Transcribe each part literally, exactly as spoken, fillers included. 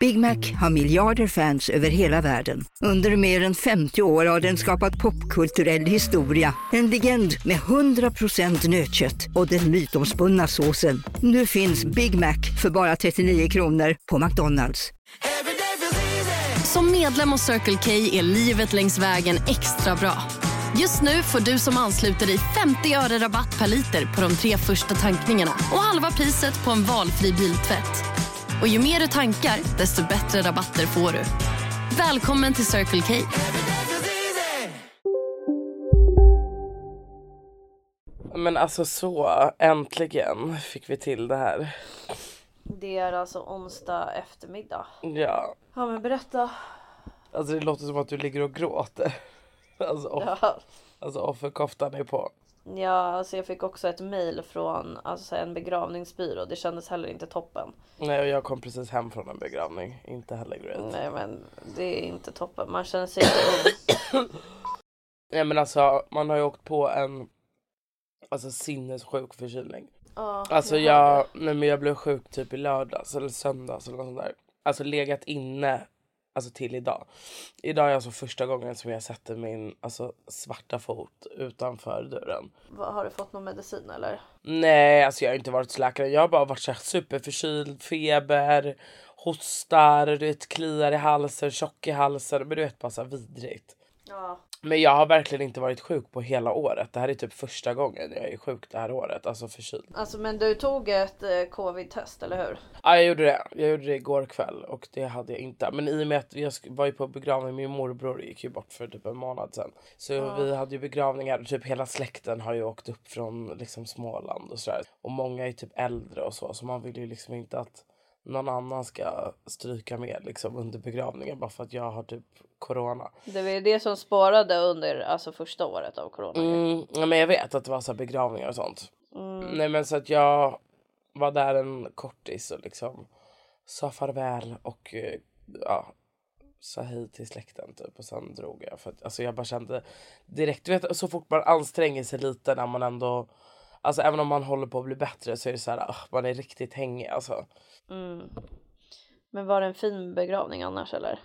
Big Mac har miljarder fans över hela världen. Under mer än femtio år har den skapat popkulturell historia. En legend med hundra procent nötkött och den mytomspunna såsen. Nu finns Big Mac för bara trettionio kronor på McDonald's. Som medlem hos Circle K är livet längs vägen extra bra. Just nu får du som ansluter dig femtio öre rabatt per liter på de tre första tankningarna och halva priset på en valfri biltvätt. Och ju mer du tankar, desto bättre rabatter får du. Välkommen till Circle K. Men alltså så, äntligen fick vi till det här. Det är alltså onsdag eftermiddag. Ja. Ja, men berätta. Alltså det låter som att du ligger och gråter. Alltså, off- Ja. alltså offerkoftan är på. Ja, alltså jag fick också ett mejl från alltså, en begravningsbyrå. Det kändes heller inte toppen. Nej, och jag kom precis hem från en begravning. Inte heller great. Nej, men det är inte toppen. Man känner sig inte ung. Nej, men alltså man har ju åkt på en alltså sinnessjuk förkylning. Ja, Alltså jag jag, nej, men jag blev sjuk typ i lördags eller söndags eller något sånt där. Alltså legat inne alltså till idag. Idag är alltså första gången som jag sätter min alltså svarta fot utanför dörren. Vad, har du fått någon medicin eller? Nej, alltså jag har inte varit hos läkaren. Jag har bara varit så här superförkyld, feber, hostar, du vet, kliar i halsen, tjock i halsen. Men du vet, bara så här vidrigt. Ja. Men jag har verkligen inte varit sjuk på hela året. Det här är typ första gången jag är sjuk det här året. Alltså förkyld. Alltså men du tog ett eh, covid-test, eller hur? Ja, jag gjorde det. Jag gjorde det igår kväll och det hade jag inte. Men i och med att jag var ju på begravning, min morbror gick ju bort för typ en månad sedan. Så Ja. vi hade ju begravningar. Typ hela släkten har ju åkt upp från liksom Småland och sådär. Och många är typ äldre och så. Så man vill ju liksom inte att någon annan ska stryka med liksom under begravningen bara för att jag har typ corona. Det var ju det som spårade under alltså första året av corona. Mm, ja, men jag vet att det var så här begravningar och sånt. Mm. Nej, men så att jag var där en kortis och liksom sa farväl och eh, ja, sa hej till släkten typ och sen drog jag för att alltså jag bara kände direkt, du vet, så fort man anstränger sig lite när man ändå, alltså även om man håller på att bli bättre så är det så här, man är riktigt hängig alltså. Mm. Men var det en fin begravning annars eller?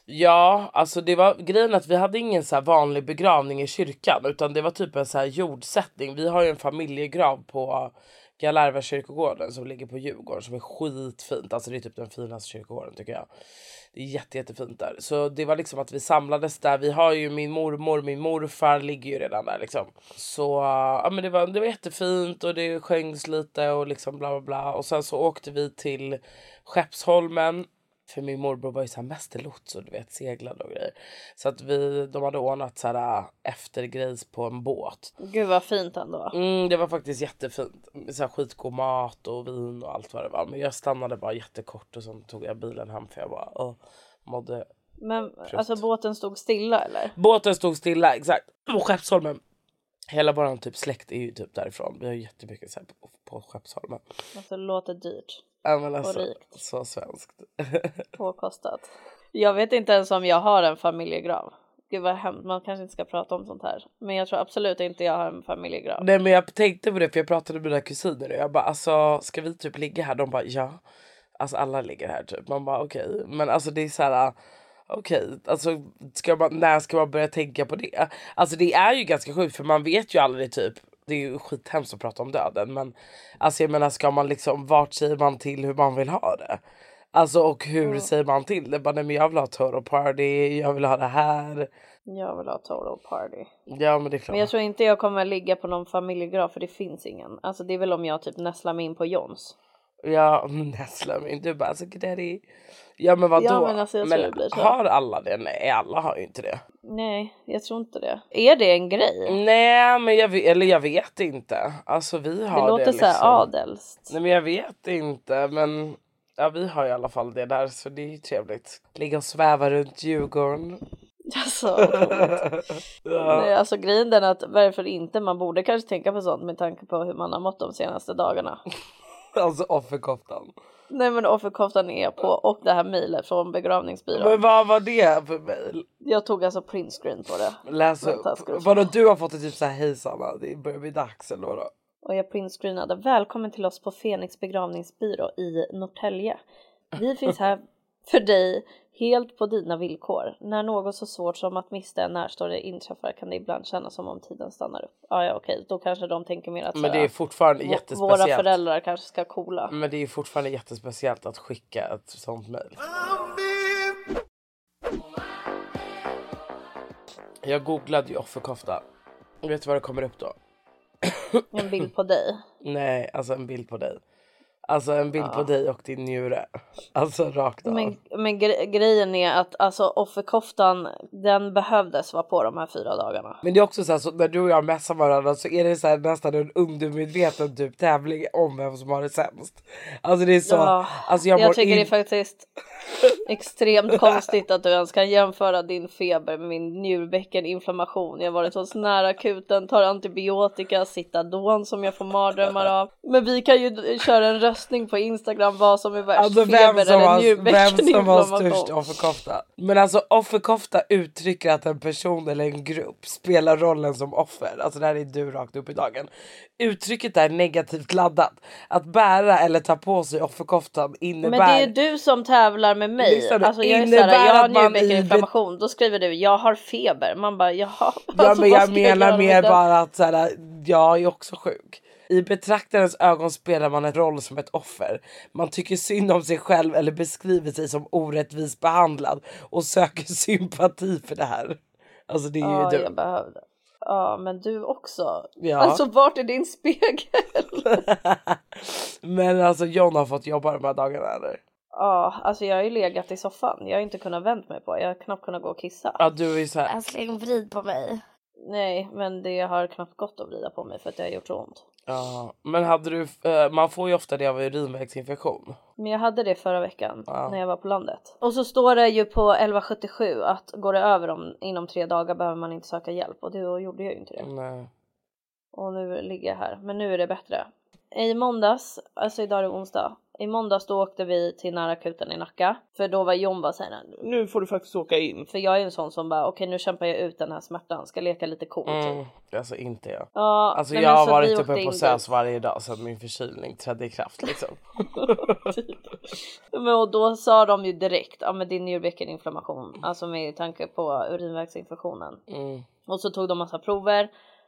Ja, alltså det var grejen att vi hade ingen så här vanlig begravning i kyrkan utan det var typ en så här jordsättning. Vi har ju en familjegrav på Galärva kyrkogården som ligger på Djurgården som är skitfint. Alltså det är typ den finaste kyrkogården tycker jag. Det är jätte, jättefint där. Så det var liksom att vi samlades där. Vi har ju min mormor, min morfar ligger ju redan där liksom. Så ja, men det var, det var jättefint och det sjöngs lite och liksom bla bla bla. Och sen så åkte vi till Skeppsholmen. För min morbror var ju så här mästerlots och du vet seglade och grejer. Så att vi, de hade ordnat så här eftergrejs på en båt. Gud vad fint ändå. Mm, det var faktiskt jättefint. Så här skitgod mat och vin och allt vad det var. Men jag stannade bara jättekort och sen tog jag bilen hem för jag bara åh, mådde. Men Trött. alltså båten stod stilla eller? Båten stod stilla, exakt. Och Skeppsholmen. Hela våran typ släkt är ju typ därifrån. Vi har jättemycket så här på, på Skeppsholmen. Alltså det låter dyrt. Ja, men alltså, och rikt. så svenskt. Påkostat. Jag vet inte ens om jag har en familjegrav. Gud vad hemskt, man kanske inte ska prata om sånt här. Men jag tror absolut inte jag har en familjegrav. Nej, men jag tänkte på det för jag pratade med mina kusiner och jag bara alltså ska vi typ ligga här? De bara ja. Alltså alla ligger här typ. Man bara okej. Okay. Men alltså det är så här okej. Okay. Alltså ska man, när ska man börja tänka på det? Alltså det är ju ganska sjukt för man vet ju aldrig typ. Det är ju skithemskt att prata om döden. Men alltså jag menar ska man liksom vart säger man till hur man vill ha det? Alltså och hur mm. säger man till det? Bara nej men jag vill ha total party. Jag vill ha det här. Jag vill ha total party. Ja men det är klart. Men jag tror inte jag kommer ligga på någon familjegrav för det finns ingen. Alltså det är väl om jag typ näslar mig in på Jons. Ja, näslar mig in. Du bara alltså daddy. Ja men vadå? Ja, men alltså, jag tror men det blir så. Har alla det? Nej alla har ju inte det. Nej jag tror inte det. Är det en grej? Nej men jag vet, eller jag vet inte. Alltså vi har det. Det låter det, så här liksom. adelskt. Nej men jag vet inte men ja vi har i alla fall det där så det är ju trevligt. Ligga och sväva runt Djurgården. Alltså, ja. Nej, alltså grejen den att varför inte man borde kanske tänka på sånt med tanke på hur man har mått de senaste dagarna. Alltså offerkoftan. Nej men offerkoftan är på och det här mejlet från begravningsbyrån. Men vad var det för mejl? Jag tog alltså printscreen på det. Läs upp. Vadå du har fått det typ så här hej Sanna, det börjar bli dags eller vadå? Och jag printscreenade. Välkommen till oss på Fenix begravningsbyrå i Norrtälje. Vi finns här för dig helt på dina villkor. När något så svårt som att mista en närstående inträffar kan det ibland kännas som om tiden stannar upp. Ja, ja okej, då kanske de tänker mer att men det är fortfarande v- jättespeciellt. våra föräldrar kanske ska coola. Men det är fortfarande jättespeciellt att skicka ett sånt mejl. Jag googlade ju offerkofta. Vet du vad det kommer upp då? En bild på dig. Nej, alltså en bild på dig. Alltså en bild ja. på dig och din njure. Alltså rakt av. Men, men gre- grejen är att alltså, offerkoftan, den behövdes vara på de här fyra dagarna. Men det är också så här, så när du och jag messar varandra så är det så här, nästan en undermedveten typ tävling om vem som har det sämst. Alltså det är så. Ja, alltså jag, jag tycker in... det är faktiskt extremt konstigt att du ens kan jämföra din feber med min njurbäckeninflammation. Jag har varit hos nära akuten, tar antibiotika, Citadon som jag får mardrömmar av. Men vi kan ju köra en röstning på Instagram vad som är värst, alltså, feber som eller har, njurbäckeninflammation. Vem som har störst offerkofta. Men alltså offerkofta uttrycker att en person eller en grupp spelar rollen som offer. Alltså det här är du rakt upp i dagen. Uttrycket är negativt laddat. Att bära eller ta på sig offerkoftan innebär... Men det är du som tävlar med mig. Lyssna, alltså jag är såhär, jag har njurbäckeninflammation. Då skriver du, jag har feber. Man bara, jaha. Ja alltså, men jag menar jag mer bara att såhär, jag är också sjuk. I betraktarens ögon spelar man en roll som ett offer. Man tycker synd om sig själv eller beskriver sig som orättvis behandlad och söker sympati för det här. Alltså det är ja, ju du. Jag behövde. Ja, men du också. Ja. Alltså vart är din spegel? Men alltså John har fått jobba de här dagarna eller? Ja, alltså jag har ju legat i soffan. Jag har inte kunnat vänt mig på. Jag har knappt kunnat gå och kissa. Ja, du är ju så här. Älskling, vrid på mig. Nej, men det har knappt gått att vrida på mig för att det har gjort så ont. Ja, men hade du, uh, man får ju ofta det av urinvägsinfektion. Men jag hade det förra veckan ja. när jag var på landet. Och så står det ju på elva sjuttiosju att går det över om, inom tre dagar behöver man inte söka hjälp. Och då gjorde jag ju inte det. Nej. Och nu ligger jag här. Men nu är det bättre. I måndags, alltså idag är det onsdag. I måndags då åkte vi till närakuten i Nacka. För då var John bara såhär, nu får du faktiskt åka in. För jag är en sån som bara, okej okay, nu kämpar jag ut den här smärtan. Ska leka lite coolt. Mm, alltså inte jag. Ja, alltså nej, jag har så varit uppe på S Ö S dit. varje dag så min förkylning trädde i kraft liksom. typ. Men och då sa de ju direkt, ja men din njurbäckeninflammation. Alltså med tanke på urinvägsinfektionen. Mm. Och så tog de massa prover.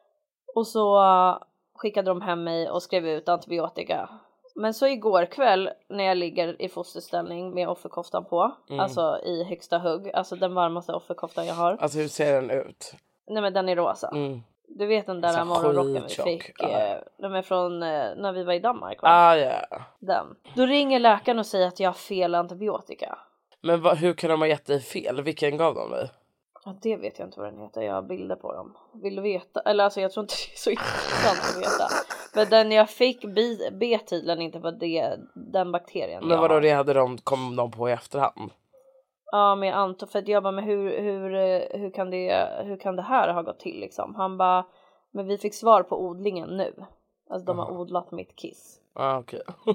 Och så uh, skickade de hem mig och skrev ut antibiotika. Men så igår kväll när jag ligger i fosterställning med offerkoftan på. Mm. Alltså i högsta hugg. Alltså den varmaste offerkoftan jag har. Alltså hur ser den ut? Nej men den är rosa. Mm. Du vet den där så morgonrocken vi fick. Ah. Eh, de är från eh, när vi var i Danmark va? Ah, yeah. Den. Då ringer läkaren och säger att jag har fel antibiotika. Men va, hur kan de ha gett dig fel? Vilken gav de dig? Ja, det vet jag inte vad den heter. Jag har bilder på dem. Vill du veta? Eller alltså jag tror inte det är så intressant att veta. Men den jag fick be tydligen inte var det, den bakterien. Men vadå, det hade de, kom de på i efterhand? Ja, men jag antar för att jag bara, men hur, hur, hur, kan det, hur kan det här ha gått till liksom? Han bara, men vi fick svar på odlingen nu. Alltså de har uh-huh. odlat mitt kiss. Ja, ah, okej. Okay.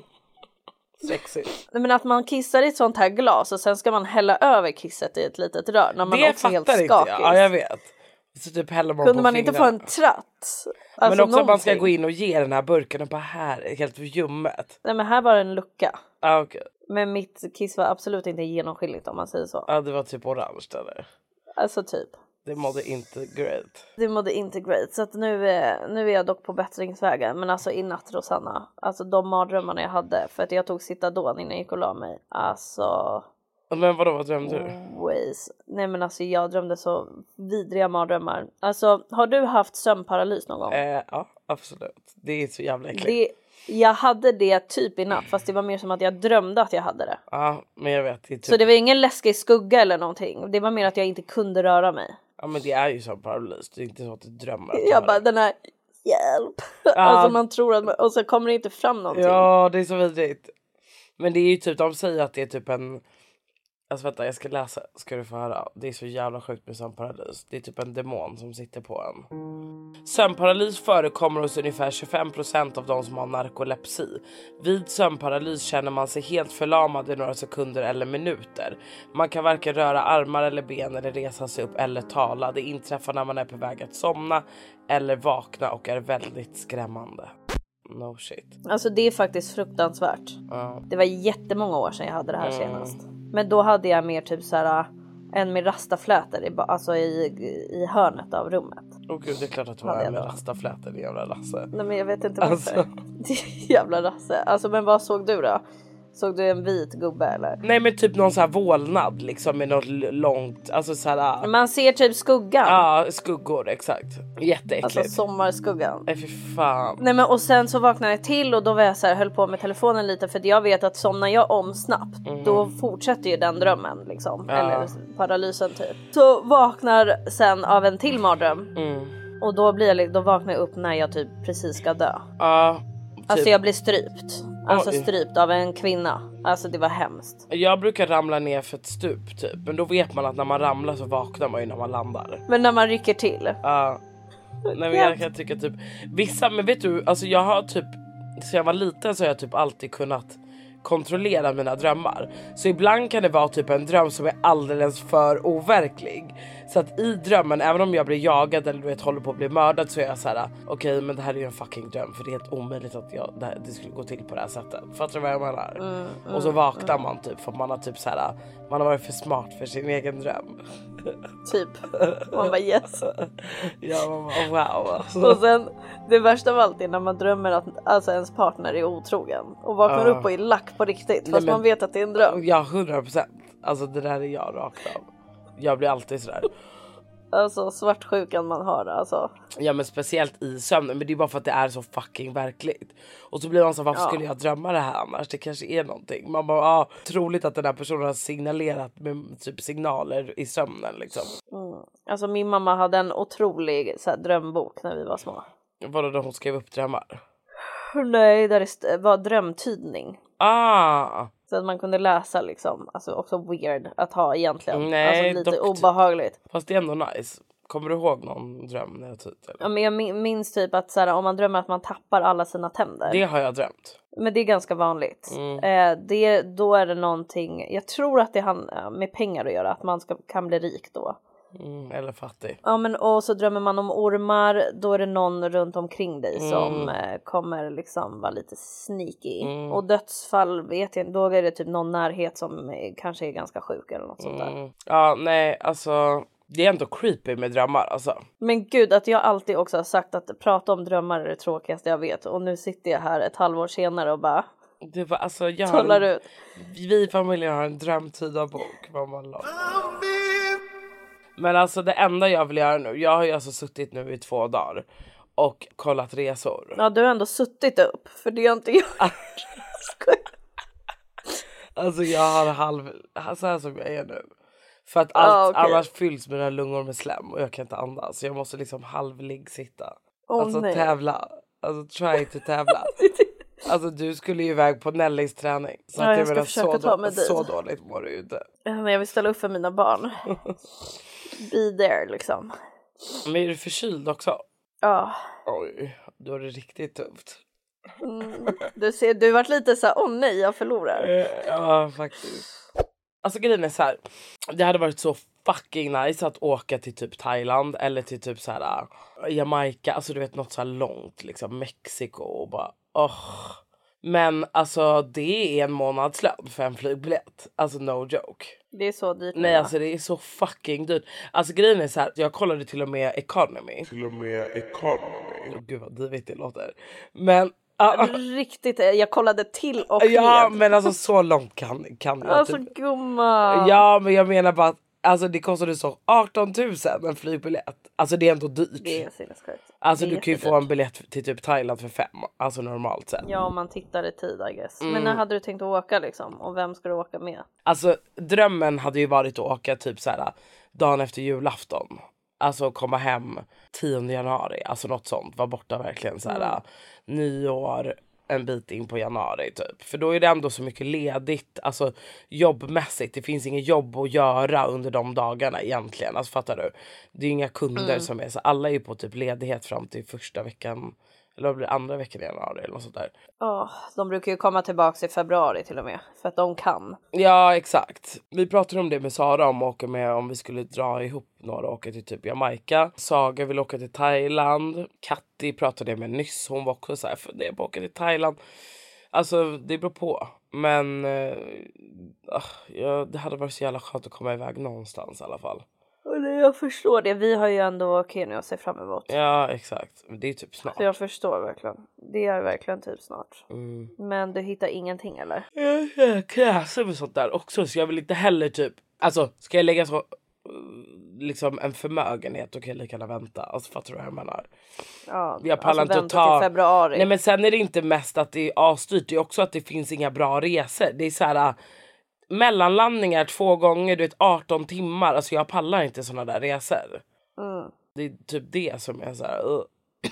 Sexigt. Men att man kissar i ett sånt här glas och sen ska man hälla över kisset i ett litet rör när man det också är helt skakig. Inte, ja jag vet. Så typ häller man kunde på man fingrarna. Inte få en tratt? Alltså men också någonting. att man ska gå in och ge den här burken och bara här, helt ljummet. Nej men här var det en lucka. Ah, okay. Men mitt kiss var absolut inte genomskinligt om man säger så. Ja ah, det var typ orange eller? Alltså typ. Det mådde inte great. Det mådde inte great. Så att nu, är, nu är jag dock på bättringsvägen. Men alltså i natt Rosanna. Alltså de mardrömmarna jag hade. För att jag tog Citadon innan jag gick och la mig. Alltså. Men vadå, vad drömde du? Ways. Nej men alltså jag drömde så vidriga mardrömmar. Alltså har du haft sömnparalys någon gång? Eh, ja absolut. Det är så jävla äckligt. Det, jag hade det typ i natt. Fast det var mer som att jag drömde att jag hade det. Ja men jag vet. Det typ... Så det var ingen läskig skugga eller någonting. Det var mer att jag inte kunde röra mig. Ja men det är ju så paralys. Det är inte så att du drömmer. Att jag bara den här hjälp. Ja. Alltså man tror att man, och så kommer det inte fram någonting. Ja det är så vidrigt. Men det är ju typ, de säger att det är typ en. Alltså vänta jag ska läsa, ska du få höra. Det är så jävla sjukt med sömnparalys. Det är typ en demon som sitter på en. Sömnparalys förekommer hos ungefär tjugofem procent av de som har narkolepsi. Vid sömnparalys känner man sig helt förlamad i några sekunder eller minuter. Man kan varken röra armar eller ben eller resa sig upp eller tala. Det inträffar när man är på väg att somna eller vakna och är väldigt skrämmande. No shit. Alltså det är faktiskt fruktansvärt. Uh. Det var jättemånga år sedan jag hade det här mm. senast. Men då hade jag mer typ så här en med rastaflätor i, alltså i, i hörnet av rummet. Åh gud, det är klart att du var en med rastaflätor, det jävla rasse. Nej men jag vet inte varför. Alltså. Jävla rasse. Alltså men vad såg du då? Såg du en vit gubbe eller? Nej men typ någon så här vålnad liksom med något långt, alltså så här. Man ser typ skuggan. Ja, skuggor, exakt. Jätteäckligt. Alltså sommarskuggan. Nej fy fan. Nej men och sen så vaknade jag till och då var jag så här, höll på med telefonen lite för jag vet att somnar jag om snabbt mm. då fortsätter ju den drömmen liksom. Ja. Eller paralysen typ. Så vaknar sen av en till mardröm. Mm. Och då blir jag, då vaknar jag upp när jag typ precis ska dö. Ja. Typ. Alltså jag blir strypt. Alltså Oj. strypt av en kvinna. Alltså det var hemskt. Jag brukar ramla ner för ett stup typ. Men då vet man att när man ramlar så vaknar man ju när man landar. Men när man rycker till. Ja. Uh, nej men jag kan tycka typ. Vissa, men vet du, alltså jag har typ. Så jag var liten så har jag typ alltid kunnat kontrollera mina drömmar. Så ibland kan det vara typ en dröm som är alldeles för overklig. Så att i drömmen, även om jag blir jagad eller du vet håller på att bli mördad, så är jag så här: okej okay, men det här är ju en fucking dröm. För det är helt omöjligt att jag, det, här, det skulle gå till på det här sättet. Fattar du vad jag menar? Mm, mm, och så vaknar mm. man typ för att man har typ så här, man har varit för smart för sin egen dröm. Typ. Man bara yes. Ja man bara wow alltså. Och sen det värsta av allt är när man drömmer att alltså, ens partner är otrogen. Och vaknar uh. upp och är lack på riktigt. Fast Nej, man vet att det är en dröm. Ja hundra procent. Alltså det där är jag rakt av. Jag blir alltid sådär. Alltså svartsjukan man har alltså. Ja men speciellt i sömnen. Men det är bara för att det är så fucking verkligt. Och så blir man så, varför ja. skulle jag drömma det här annars? Det kanske är någonting. Man bara, ja ah, troligt att den här personen har signalerat med typ signaler i sömnen liksom. Mm. Alltså min mamma hade en otrolig så här, drömbok när vi var små. Var det då hon skrev upp drömmar? Nej, det var drömtydning. Ah! Så att man kunde läsa liksom. Alltså också weird att ha egentligen. Nej, alltså lite dock, obehagligt. Fast det är ändå nice. Kommer du ihåg någon dröm när jag typ? Ja men jag minns typ att så här, om man drömmer att man tappar alla sina tänder. Det har jag drömt. Men det är ganska vanligt. Mm. Eh, det, då är det någonting. Jag tror att det har med pengar att göra. Att man ska, kan bli rik då. Mm, eller fattig. Ja men och så drömmer man om ormar. Då är det någon runt omkring dig mm. som eh, kommer liksom vara lite sneaky. Mm. Och dödsfall vet jag. Då är det typ någon närhet som eh, kanske är ganska sjuk eller något sånt där. Mm. Ja nej alltså. Det är ändå creepy med drömmar alltså. Men gud att jag alltid också har sagt att prata om drömmar är det tråkigaste jag vet. Och nu sitter jag här ett halvår senare och bara det var, alltså, jag har, ut. Vi i familjen har en drömtydarbok. Men alltså det enda jag vill göra nu. Jag har ju alltså suttit nu i två dagar och kollat resor. Ja du har ändå suttit upp. För det har inte jag. Alltså jag har halv. Så här som jag är nu. För att allt ah, okay. annars fylls mina lungor med slem och jag kan inte andas. Så jag måste liksom halvligg sitta. Oh, alltså nej. tävla. Alltså try to tävla. Alltså du skulle ju iväg på Nellings träning. Så ja, att jag ska menar, försöka så, ta mig dit. Så dåligt mår du ju inte. Ja, men jag vill ställa upp för mina barn. Be there liksom. Men är du förkyld också? Ja. Oj, då är det riktigt tufft. Mm, du ser, du har varit lite så här, åh oh, nej jag förlorar. Ja faktiskt. Alltså grejen är så här, det hade varit så fucking nice att åka till typ Thailand eller till typ så här Jamaica, alltså du vet något så här långt liksom Mexiko och bara åh. Oh. Men alltså det är en månadslön för en flygbiljett. Alltså no joke. Det är så dyrt. Nej alltså det är så fucking dyrt. Alltså grejen är så här, jag kollade till och med economy. Till och med economy. Oh, gud vad divigt det låter. Men riktigt, jag kollade till och ja med. men alltså så långt kan, kan jag alltså typ. gumma. Ja men jag menar bara att alltså det kostade så arton tusen en flygbiljett. Alltså det är ändå dyrt. Det är sinnessjukt. Alltså du kan ju få en biljett till typ Thailand för fem. Alltså normalt sett. Ja om man tittar i tid I guess. Mm. Men när hade du tänkt att åka liksom? Och vem ska du åka med? Alltså drömmen hade ju varit att åka typ så här dagen efter julafton. Alltså komma hem tionde januari. Alltså något sånt. Var borta verkligen så här mm. nyår en bit in på januari typ. För då är det ändå så mycket ledigt. Alltså jobbmässigt. Det finns inget jobb att göra under de dagarna egentligen. Alltså fattar du? Det är inga kunder mm. som är så. Alla är ju på typ ledighet fram till första veckan. Eller vad blir det, andra veckan i januari eller något sånt där. Ja, oh, de brukar ju komma tillbaka i februari till och med. För att de kan. Ja, exakt. Vi pratade om det med Sara om att åka med, om vi skulle dra ihop några och åka till typ Jamaica. Saga vill åka till Thailand. Katti pratade med nyss. Hon var också så här, för det är på att åka till Thailand. Alltså, det beror på. Men uh, ja, det hade varit så jävla skönt att komma iväg någonstans i alla fall. Jag förstår det. Vi har ju ändå Kenya att se fram emot. Ja, exakt. Det är typ snart. Så jag förstår verkligen. Det är verkligen typ snart. Mm. Men du hittar ingenting eller? Jag är kräsen med sånt där också. Så jag vill inte heller typ... Alltså, ska jag lägga så... Liksom en förmögenhet och kan lika gärna vänta. Alltså fattar du vad jag menar? Ja, jag pallar alltså inte att ta... till februari. Nej men sen är det inte mest att det är avstyrt. Det är också att det finns inga bra resor. Det är så här... Mellanlandningar två gånger, du vet arton timmar. Alltså jag pallar inte såna där resor. Mm. Det är typ det som är så här. Uh.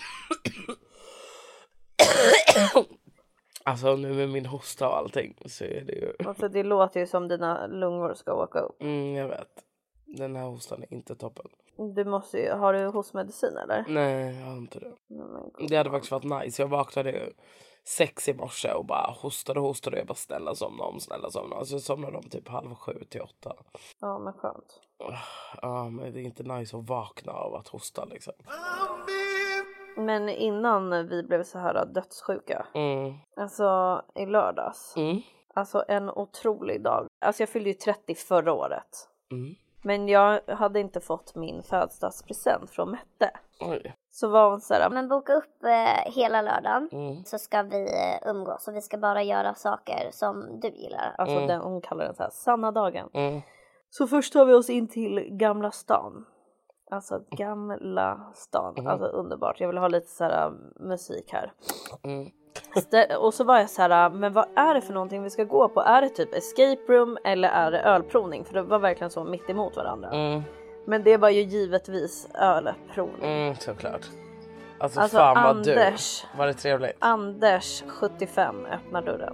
Alltså nu med min hosta och allting så är det ju... Alltså det låter ju som dina lungor ska åka upp. Mm, jag vet. Den här hostan är inte toppen. Du måste ju... Har du hostmedicin eller? Nej, jag har inte det. Mm, Det hade faktiskt varit nice. Jag vaknade ju sex i morse och bara hostade och hostade. Och jag bara snälla somna om, snälla somna. Och så somnade de typ halv sju till åtta. Ja, men skönt. Ja, men det är inte nice att vakna av att hosta liksom. Men innan vi blev så här dödssjuka. Mm. Alltså i lördags. Mm. Alltså en otrolig dag. Alltså jag fyllde ju trettio förra året. Mm. Men jag hade inte fått min födelsedagspresent från Mette. Oj. Så var hon så här, Men boka upp eh, hela lördagen Mm. så ska vi eh, umgås. Och vi ska bara göra saker som du gillar. alltså Mm. den, hon kallar den så här, sanna dagen. Mm. Så först tar vi oss in till Gamla stan. Alltså Gamla stan. Mm. Alltså underbart. Jag vill ha lite så här uh, musik här. Mm. Stä- och så var jag så här, men vad är det för någonting vi ska gå på? Är det typ escape room eller är det ölprovning? För det var verkligen så mitt emot varandra. Mm. Men det var ju givetvis ölprovning. Mm, såklart. Alltså, Alltså, fan vad Anders- du. Var det trevligt? Anders sjuttiofem öppnar dörren.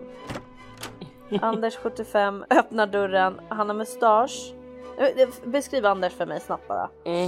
Anders sjuttiofem öppnar dörren. Han har mustasch. Eh, Beskriv Anders för mig snabbt bara. Mm.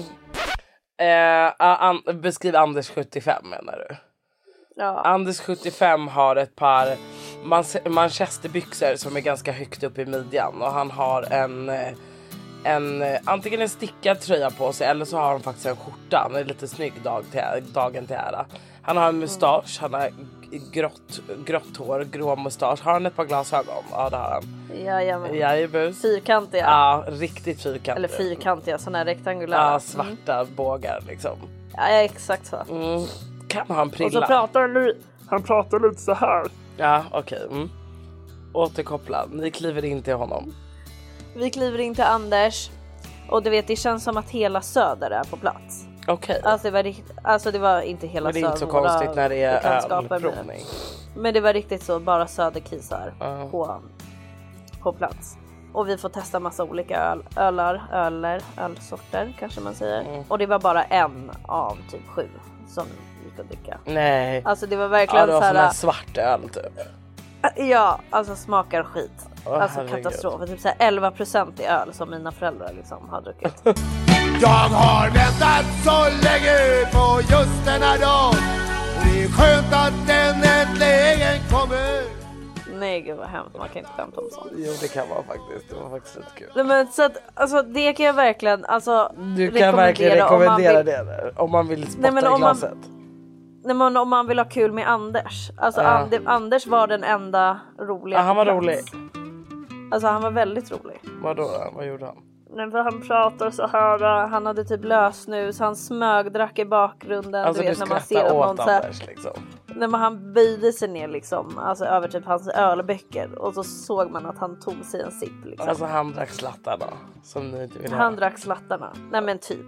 Eh, an- beskriv Anders sjuttiofem menar du? Ja. Anders sjuttiofem har ett par man- manchesterbyxor som är ganska högt upp i midjan. Och han har en, eh, en eh, antingen en stickad tröja på sig eller så har han faktiskt en skjorta. Han är lite snygg dag till, dagen till ära. Han har en mustasch, han har g- grått, grått hår, grå mustasch. Har han ett par glasögon? Ja, det har han. Jajamän. Jajebus. Fyrkantiga. Ja, riktigt fyrkantiga. Eller fyrkantiga, sådana här rektangulära. Ja, svarta bågar liksom. Ja, ja, exakt så. Mm. Kan han Och så prilla? pratar han li- han pratar lite så här. Ja, okej. Okay. Mm. Återkoppla. Ni kliver in till honom. Vi kliver in till Anders. Och du vet, det känns som att hela Söder är på plats. Okej. Alltså det var, rikt- alltså det var inte hela Men det är inte så Söder, våra konstigt när det är bekantskaper, men- ölprovning. Men det var riktigt så, bara söderkisar Ja. på, på plats. Och vi får testa massa olika öl, ölar, öler, ölsorter kanske man säger. Mm. Och det var bara en av typ sju som gick att dricka. Nej. Alltså det var Ja, verkligen det var så sån här här. svart öl typ. Ja, alltså smakar skit. Åh, alltså herregud. katastrof. Typ så här elva procent i öl som mina föräldrar liksom har druckit. Jag har väntat så länge på just denna dag. Och det är skönt att den äntligen kommer. Nej gud vad hemskt, man kan inte skämta om sånt. Jo, det kan vara faktiskt. Det var faktiskt lite kul. Nej, men så att, alltså det kan jag verkligen alltså, Du kan verkligen rekommendera om man vill, det där. Om man vill spotta Nej, men i om man- glaset. nej, men om man vill ha kul med Anders. Alltså Ja. Ande, Anders var den enda roliga Ja, han på var plats. rolig. Alltså han var väldigt rolig. Vadå då? Vad gjorde han? Nej, för han pratar så här, han hade typ lösnus, han smögdrack i bakgrunden. Alltså du du vet när man ser skrattar att åt någon så här, Anders liksom. när man, han böjde sig ner liksom, alltså över typ hans ölbäcker och så såg man att han tog sig en sipp liksom. Alltså han drack slattarna. Som ni inte vill ha. Han drack slattarna. Nej men typ.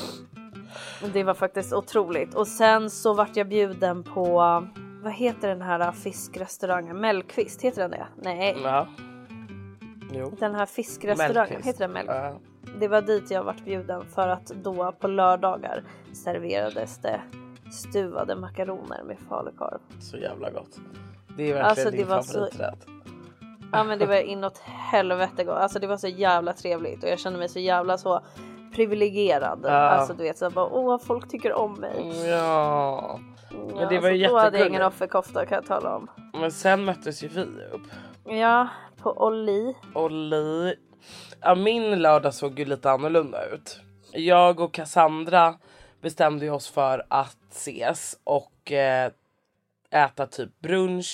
Det var faktiskt otroligt. Och sen så vart jag bjuden på, vad heter den här fiskrestaurangen? Mellqvist, heter den det? Nej. Ja. Jo. Den här fiskrestaurangen, Mellqvist. heter den Mellqvist? Ja. Det var dit jag vart bjuden för att då på lördagar serverades det stuvade makaroner med falukorv. Så jävla gott. Det är verkligen Alltså, det din var så- favoriträtt. Ja men det var inåt helvete gott. Alltså det var så jävla trevligt och jag kände mig så jävla så privilegierad. Ja. Alltså du vet så bara, åh folk tycker om mig. Mm, Ja. Ja, det var ju så då hade jag jättegulligt. ingen offerkofta kan jag tala om. Men sen möttes ju vi upp. Ja, på Olli. Olli. Ja, min lördag såg ju lite annorlunda ut. Jag och Cassandra bestämde ju oss för att ses och eh, äta typ brunch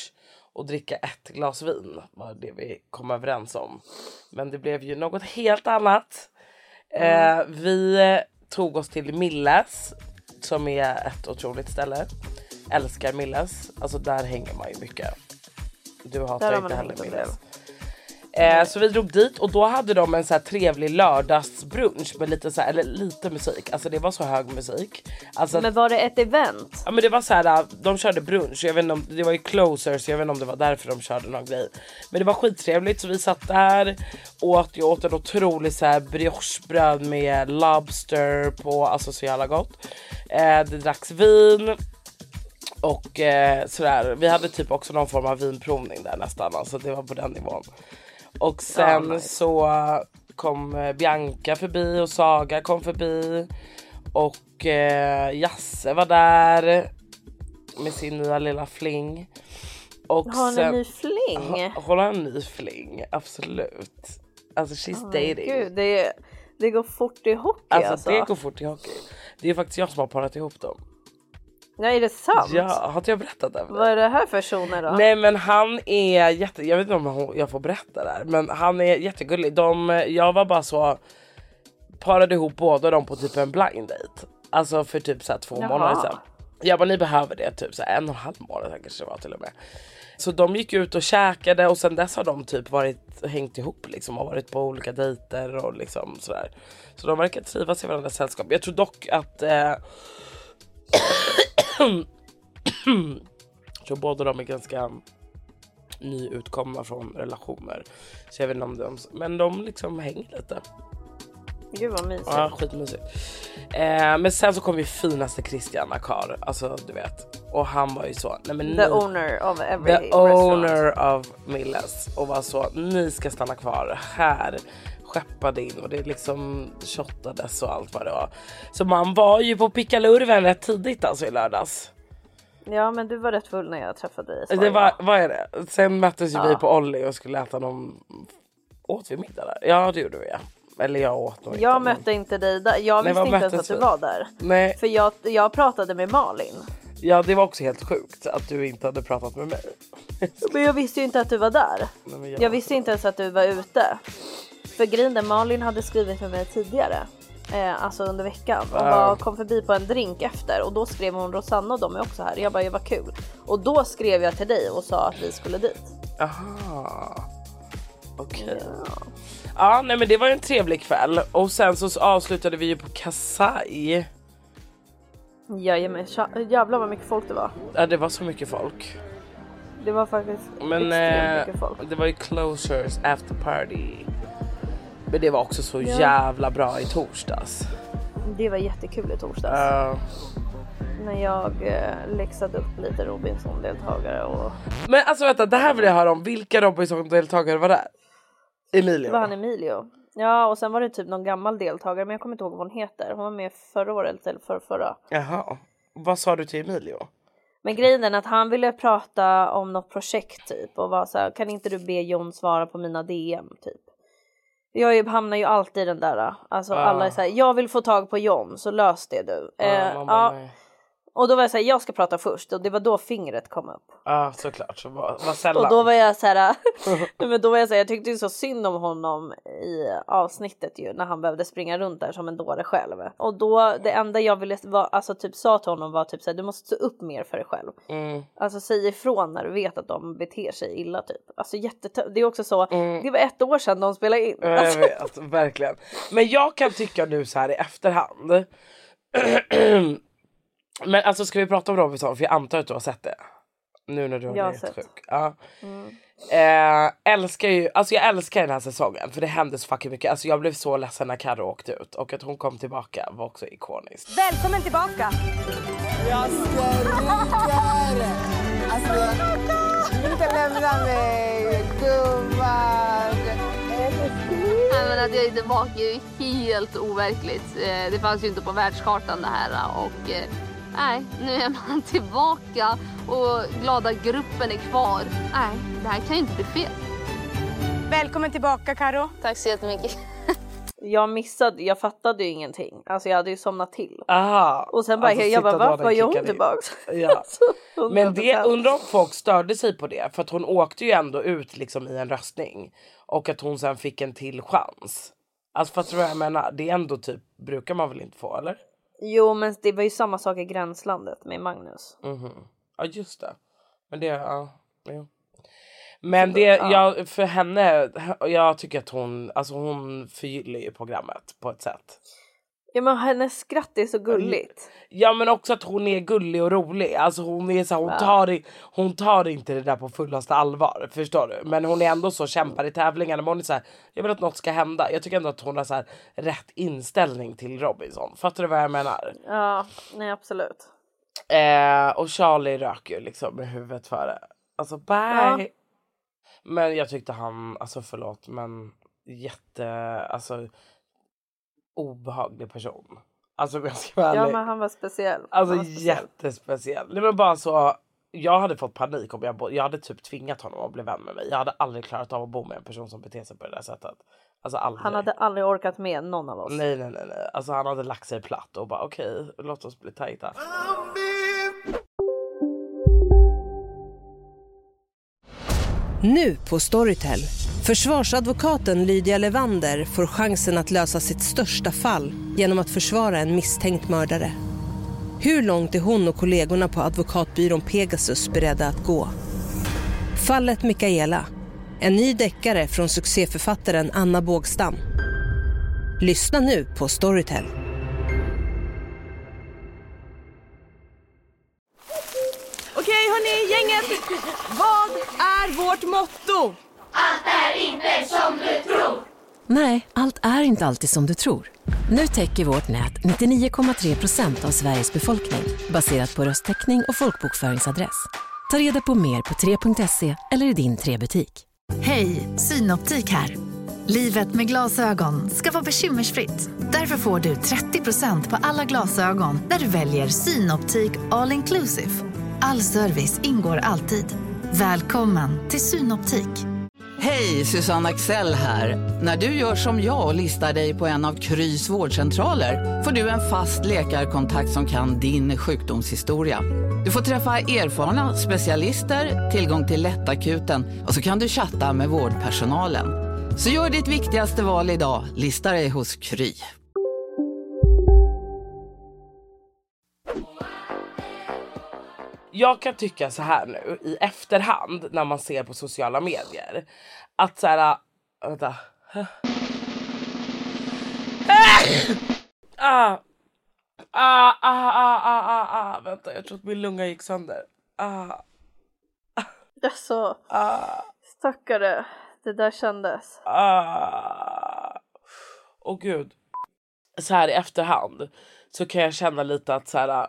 och dricka ett glas vin var det vi kom överens om. Men det blev ju något helt annat. Mm. Eh, vi tog oss till Milles som är ett otroligt ställe. Älskar Milles. Alltså där hänger man ju mycket. Du hatar inte heller Milles. Eh, så vi drog dit och då hade de en så här trevlig lördagsbrunch med lite så här, eller lite musik. Alltså det var så hög musik. Alltså, men var det ett event? Ja men det var så här, de körde brunch. Jag vet inte om, det var ju closer så jag vet inte om det var därför de körde någon grej. Men det var skittrevligt så vi satt där. Åt, jag åt en otrolig så här briochebröd med lobster på. Alltså så jävla gott. Eh, det dracks vin. Och eh, sådär. Vi hade typ också någon form av vinprovning där nästan. Alltså det var på den nivån. Och sen oh, nice. så kom Bianca förbi och Saga kom förbi. Och eh, Jasse var där med sin nya lilla fling. Och har hon sen, en ny fling? Hon har en ny fling, absolut. Alltså she's oh, dating. Gud, det, det går fort i hockey alltså. Alltså det går fort i hockey. Det är faktiskt jag som har parat ihop dem. Nej, är det sant? Ja, har inte jag berättat det? Vad är det här för personer då? Nej men han är jätte... Jag vet inte om jag får berätta det här. Men han är jättegullig. De, jag var bara så... Parade ihop båda dem på typ en blind date. Alltså för typ så här två Jaha. månader sedan. Jag bara, ni behöver det typ så här en och en halv månad kanske det var till och med. Så de gick ut och käkade och sen dess har de typ varit hängt ihop liksom och varit på olika dejter och liksom sådär. Så de verkar trivas i varandras sällskap. Jag tror dock att... Eh, jag tror båda de är ganska nyutkomna från relationer. Så jag vet inte om de... Men de liksom hänger lite. Gud vad mysigt. Ja, skitmysigt. Eh, men sen så kom ju finaste Christian Akar. Alltså du vet. Och han var ju så... Nej, men the ni, owner of every The restaurant. owner of Milles. Och var så, ni ska stanna kvar här. Skeppade in och det liksom shottades och allt vad det var. Så man var ju på Pickalurven rätt tidigt alltså i lördags. Ja men du var rätt full när jag träffade dig. Det var, vad är det? Sen möttes ju ja. vi på Olli och skulle äta någon... Åt vi middag där? Ja det gjorde vi ja. Eller jag åt nog inte. Jag mötte men... inte dig där. Jag visste Nej, inte ens att du var där. Nej. För jag, jag pratade med Malin. Ja det var också helt sjukt att du inte hade pratat med mig. Men jag visste ju inte att du var där. Nej, jag, jag visste inte ens att du var ute. För grejen Malin hade skrivit med mig tidigare. Eh, alltså under veckan. Och var, kom förbi på en drink efter. Och då skrev hon Rosanna och de är också här. Jag bara, det var kul. Och då skrev jag till dig och sa att vi skulle dit. Aha. Okej. Okay. Ja. Ja, nej men det var en trevlig kväll. Och sen så avslutade vi ju på Kasai. Jajamän, jävlar vad mycket folk det var. Ja, det var så mycket folk. Det var faktiskt men, extremt mycket folk. Det var ju closers after party. Men det var också så ja. jävla bra i torsdags. Det var jättekul i torsdags. Uh. När jag eh, läxade upp lite Robinson-deltagare. Och... Men alltså vänta, det här vill jag höra om. Vilka Robinson-deltagare var det? Emilio? Det var han Emilio. Ja, och sen var det typ någon gammal deltagare. Men jag kommer inte ihåg vad hon heter. Hon var med förra året eller för förra. Jaha. Vad sa du till Emilio? Men grejen är att han ville prata om något projekt typ. Och var så här, kan inte du be John svara på mina D M typ. Jag hamnar ju alltid i den där. Alltså ah. alla är så här, jag vill få tag på John, så lös det du. Ah, eh, ja. Och då var jag så här, jag ska prata först. Och det var då fingret kom upp. Ja, ah, såklart. Så var, var sällan. Och då var jag så här, men då var jag så här, jag tyckte ju så synd om honom i avsnittet ju. När han behövde springa runt där som en dåre själv. Och då, det enda jag ville, var, alltså typ sa till honom var typ så här, du måste stå upp mer för dig själv. Mm. Alltså säg ifrån när du vet att de beter sig illa typ. Alltså jättetö- det är också så, mm. det var ett år sedan de spelade in. Alltså. Jag vet, verkligen. Men jag kan tycka nu så här i efterhand. Men alltså ska vi prata om Robinson? För jag antar att du har sett det. Nu när du har blivit sjuk. Ja. Mm. Eh, älskar ju, alltså jag älskar den här säsongen. För det hände så fucking mycket. Alltså jag blev så ledsen när Karo åkte ut. Och att hon kom tillbaka var också ikoniskt. Välkommen tillbaka! Jag skriker! Alltså, du vill inte lämna mig, gumman! Nej, men att jag är tillbaka är ju helt overkligt. Det fanns ju inte på världskartan det här. Och nej, nu är man tillbaka och glada gruppen är kvar. Nej, det här kan ju inte bli fel. Välkommen tillbaka, Karo. Tack så jättemycket. Jag missade, jag fattade ju ingenting. Alltså jag hade ju somnat till. Aha. Och sen bara, alltså, jag bara, varför var hon tillbaks? Ja. Men det undrar om folk störde sig på det. För att hon åkte ju ändå ut liksom i en röstning. Och att hon sen fick en till chans. Alltså fattar du vad jag menar? Det är ändå typ, brukar man väl inte få, eller? Jo, men det var ju samma sak i Gränslandet med Magnus. Mhm. Ja, just det. Men det, ja. ja. Men det, jag, för henne, jag tycker att hon, alltså hon förgyller ju programmet på ett sätt. Ja, men hennes skratt är så gulligt. Ja, men också att hon är gullig och rolig. Alltså hon är så hon tar, hon tar inte det där på fullaste allvar, förstår du? Men hon är ändå så, kämpar i tävlingarna. Men hon är så här, jag vill att något ska hända. Jag tycker ändå att hon har så här rätt inställning till Robinson. Fattar du vad jag menar? Ja, nej absolut. Eh, och Charlie röker ju liksom med huvudet före. Alltså bye. Ja. Men jag tyckte han, alltså förlåt, men jätte, alltså obehaglig person. Alltså jag ska vara Ja, ärlig. men han var speciell. Alltså var speciell. jättespeciell. Det var bara så, jag hade fått panik om jag bo, jag hade typ tvingat honom att bli vän med mig. Jag hade aldrig klarat av att bo med en person som beter sig på det där sättet. Alltså aldrig. Han hade aldrig orkat med någon av oss. Nej, nej, nej, nej. Alltså han hade lagt sig platt och bara okej, okay, låt oss bli tajta. Nu på Storytel. Försvarsadvokaten Lydia Levander får chansen att lösa sitt största fall genom att försvara en misstänkt mördare. Hur långt är hon och kollegorna på advokatbyrån Pegasus beredda att gå? Fallet Mikaela. En ny deckare från succéförfattaren Anna Bågstam. Lyssna nu på Storytel. Okej hörni, gänget. Vad är vårt motto? Allt är inte som du tror. Nej, allt är inte alltid som du tror. Nu täcker vårt nät nittionio komma tre procent av Sveriges befolkning baserat på röstteckning och folkbokföringsadress. Ta reda på mer på tre punkt se eller i din tre-butik. Hej, Synoptik här. Livet med glasögon ska vara bekymmersfritt. Därför får du trettio procent på alla glasögon när du väljer Synoptik All Inclusive. All service ingår alltid. Välkommen till Synoptik. Hej, Susanne Axel här. När du gör som jag och listar dig på en av Krys vårdcentraler får du en fast läkarkontakt som kan din sjukdomshistoria. Du får träffa erfarna specialister, tillgång till lättakuten och så kan du chatta med vårdpersonalen. Så gör ditt viktigaste val idag, lista dig hos Kry. Jag kan tycka så här nu i efterhand när man ser på sociala medier att så här, vänta. Ah. Ah, ah, ah, ah, ah, ah. Vänta, jag tror att min lunga gick sönder. Ah. Alltså, ah. stackare, det där kändes. Ah. Åh gud. Så här i efterhand så kan jag känna lite att så här,